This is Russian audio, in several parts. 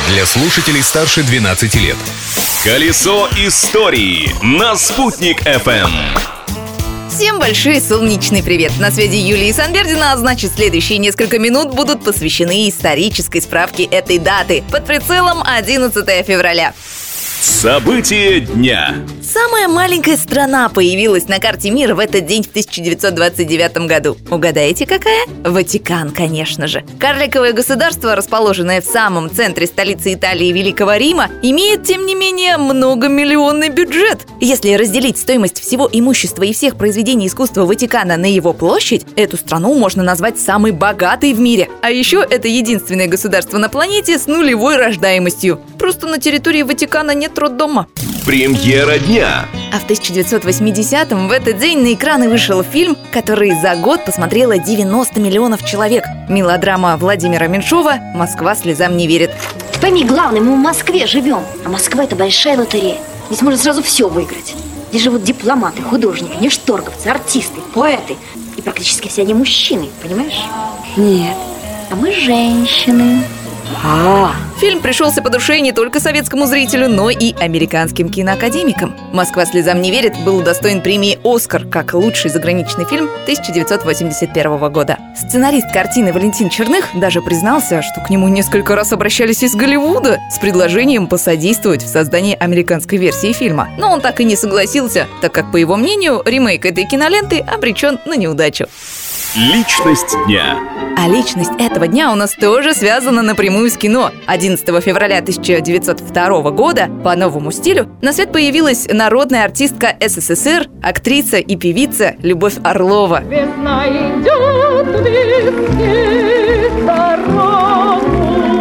Для слушателей старше 12 лет. Колесо истории на Спутник FM. Всем большой солнечный привет! На связи Юлия Санбердина, а значит, следующие несколько минут будут посвящены исторической справке этой даты под прицелом 11 февраля. События дня. Самая маленькая страна появилась на карте мира в этот день в 1929 году. Угадаете, какая? Ватикан, конечно же. Карликовое государство, расположенное в самом центре столицы Италии Великого Рима, имеет, тем не менее, многомиллионный бюджет. Если разделить стоимость всего имущества и всех произведений искусства Ватикана на его площадь, эту страну можно назвать самой богатой в мире. А еще это единственное государство на планете с нулевой рождаемостью. Просто на территории Ватикана нет роддома. Премьера дня. А в 1980-м в этот день на экраны вышел фильм, который за год посмотрело 90 миллионов человек. Мелодрама Владимира Меньшова «Москва слезам не верит». Пойми, главное, мы в Москве живем. А Москва – это большая лотерея. Здесь можно сразу все выиграть. Здесь живут дипломаты, художники, внешторговцы, артисты, поэты. И практически все они мужчины, понимаешь? Нет, а мы женщины. Фильм пришелся по душе не только советскому зрителю, но и американским киноакадемикам. «Москва слезам не верит» был удостоен премии «Оскар» как лучший заграничный фильм 1981 года. Сценарист картины Валентин Черных даже признался, что к нему несколько раз обращались из Голливуда с предложением посодействовать в создании американской версии фильма. Но он так и не согласился, так как, по его мнению, ремейк этой киноленты обречен на неудачу. Личность дня. А личность этого дня у нас тоже связана напрямую с кино. 11 февраля 1902 года по новому стилю на свет появилась народная артистка СССР, актриса и певица Любовь Орлова. Весна идет весне дорогу.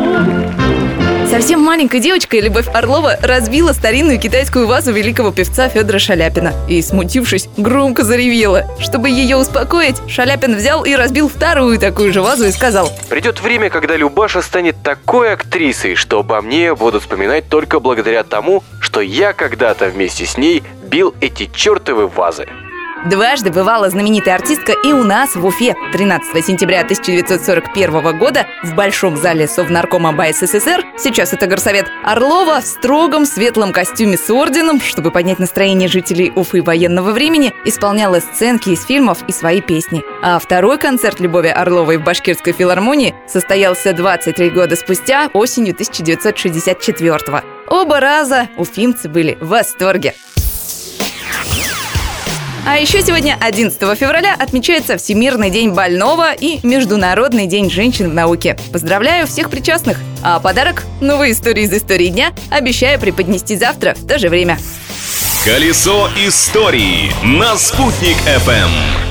Совсем маленькой девочкой Любовь Орлова разбила старинную китайскую вазу великого певца Федора Шаляпина и, смутившись, громко заревела. Чтобы ее успокоить, Шаляпин взял и разбил вторую такую же вазу и сказал: «Придет время, когда Любаша станет такой актрисой, что обо мне будут вспоминать только благодаря тому, что я когда-то вместе с ней бил эти чертовы вазы». Дважды бывала знаменитая артистка и у нас в Уфе. 13 сентября 1941 года в Большом зале Совнаркома БССР, сейчас это горсовет, Орлова в строгом светлом костюме с орденом, чтобы поднять настроение жителей Уфы военного времени, исполняла сценки из фильмов и свои песни. А второй концерт Любови Орловой в Башкирской филармонии состоялся 23 года спустя, осенью 1964. Оба раза уфимцы были в восторге. А еще сегодня, 11 февраля, отмечается Всемирный день больного и Международный день женщин в науке. Поздравляю всех причастных! А подарок – новые истории из истории дня обещаю преподнести завтра в то же время. Колесо истории на Спутник FM.